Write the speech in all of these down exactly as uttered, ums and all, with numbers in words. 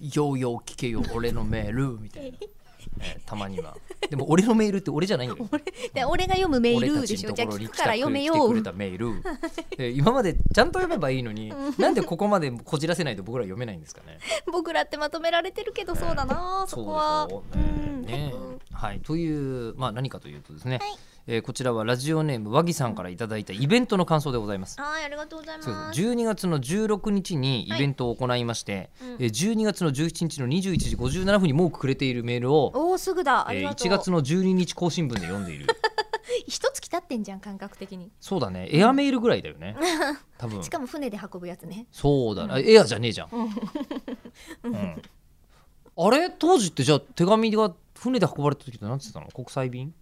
ようよう聞けよ俺のメールみたいな、えーたまには。でも俺のメールって俺じゃないんだよ。 俺で俺が読むメー俺ルでしょ。 たちのとじゃあ聞くからころに来た読めよう来てくれ。たメールえー今までちゃんと読めばいいのになんでここまでこじらせないと僕ら読めないんですかね。 僕らってまとめられてるけど、そうだな、そこは。 そうでしょううんね。ねうんはい、という、まあ、何かというとですね、 はいえーこちらはラジオネーム和木さんからいただいたイベントの感想でございます。 はい、ありがとうございそうます。 じゅうにがつのじゅうろくにちにイベントを行いまして、 はいうんえーじゅうにがつのじゅうしちにちのにじゅういちじごじゅうななふんにもうくれているメールを、 おお、すぐだ。あえーいりがとう。 ちがつのじゅうににち更新分で読んでいる一月経ってんじゃん、感覚的に。 そうだね、エアメールぐらいだよね多分。 しかも船で運ぶやつね。 そうだな、エアじゃねえじゃん、うんあれ当時ってじゃあ手紙が船で運ばれた時って何て言ってたの？国際便？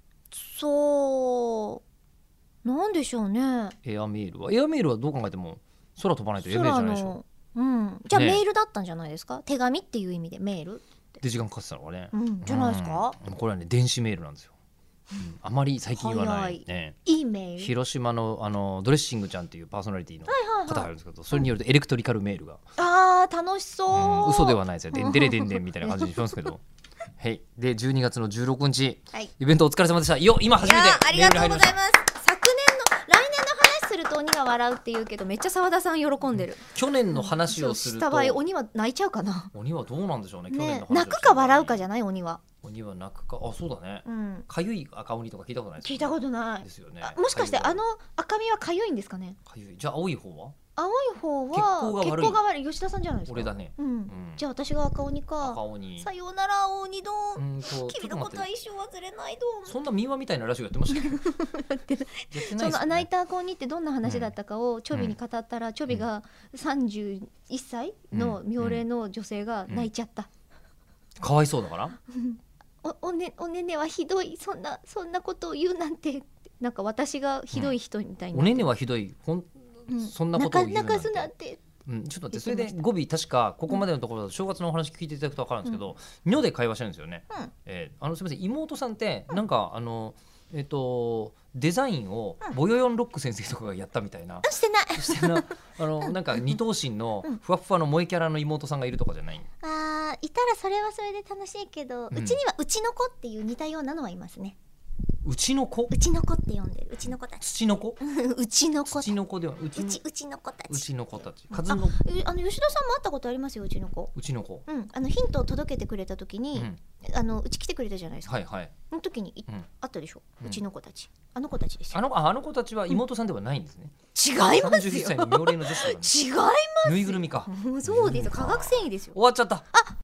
そうなんでしょうね。 エアメールはエアメールはどう考えても空飛ばないと読めないじゃないでしょ。 の、うん、じゃあねメールだったんじゃないですか。手紙っていう意味でメール、 で時間かかってたのがね、 うん、じゃないですか。 うんこれはね電子メールなんですよ、うんあまり最近言わな早いいね。 いいメール。 広島の、あのドレッシングちゃんっていうパーソナリティのはいはい方がいるんですけど、それによるとエレクトリカルメールが、 あー楽しそう、 うん嘘ではないですよ。でんでれでんでんみたいな感じにしますけどはいでじゅうにがつのじゅうろくにち、 はい、 イベントお疲れ様でした。よ今初めていやーありがとうございメールに入りまます。昨年の来年の話すると鬼が笑うって言うけど、めっちゃ澤田さん喜んでる。 した。去年の話をするとそうした場合鬼は泣いちゃうかな。 鬼はどうなんでしょうね。去年のね話を、 泣くか笑うかじゃゃない鬼は。 鬼は泣くか。あそうだね、 うんかゆい赤鬼とか聞いたことないです聞いたことないですよね。 あもしかしてあのか赤みはかゆいんですかね。 ゆいじゃあ青い方は青い方は血行が悪い血行が悪い吉田さんじゃないですか。 俺だね、 うんうんじゃあ私が赤鬼か。 赤鬼。 さようなら青鬼どうんんと君のことはちょっ一生忘れないどん。 そんな民話みたいなラジオやってましたけどやってないですそよね。 の泣いた赤鬼ってどんな話だったかをチョビに語ったら、チョビがさんじゅういっさいの妙齢の女性が泣いちゃった、 かわいそうだからお, お, ね、おねねはひどい、そんなそんなことを言うなんて。なんか私がひどい人みたいになって、 おねねはひどいほん、 うんそんなことを言うなんて泣かすなってうん、ちょっと待って、そ言ってましたれで語尾確かここまでのところだと正月のお話聞いていただくと分かるんですけど「にょ、で会話してるんですよね、 うんえーあのすみません妹さんってなんかあのえっ、とデザインをボヨヨンロック先生とかがやったみたいな、 してないしてなあのなんか二頭身のふわっふわの萌えキャラの妹さんがいるとかじゃないあーいたらそれはそれで楽しいけど、ううんちにはうちの子っていう似たようなのはいますね。 うちの子うちの子って呼んでる、うちの子たち。 土の子うちの子土の子ではうちのうちうちの子たち。 うちの子たち数のえあの吉田さんも会ったことありますよ、うちの子。 うちの子、 うん、あのヒントを届けてくれた時に、 うん、 あのうち来てくれたじゃないですか。 はいはい、 その時にい、 うん、 あったでしょ、 うんうちの子たち。あの子たちですよ。 あのああの子たちは妹さんではないんですね、 違いますよ。 さんじゅういっさいの妙齢の女子だからね違いまぬいぐるみかす。そうですよ、化学繊維ですよ。 終わっちゃった。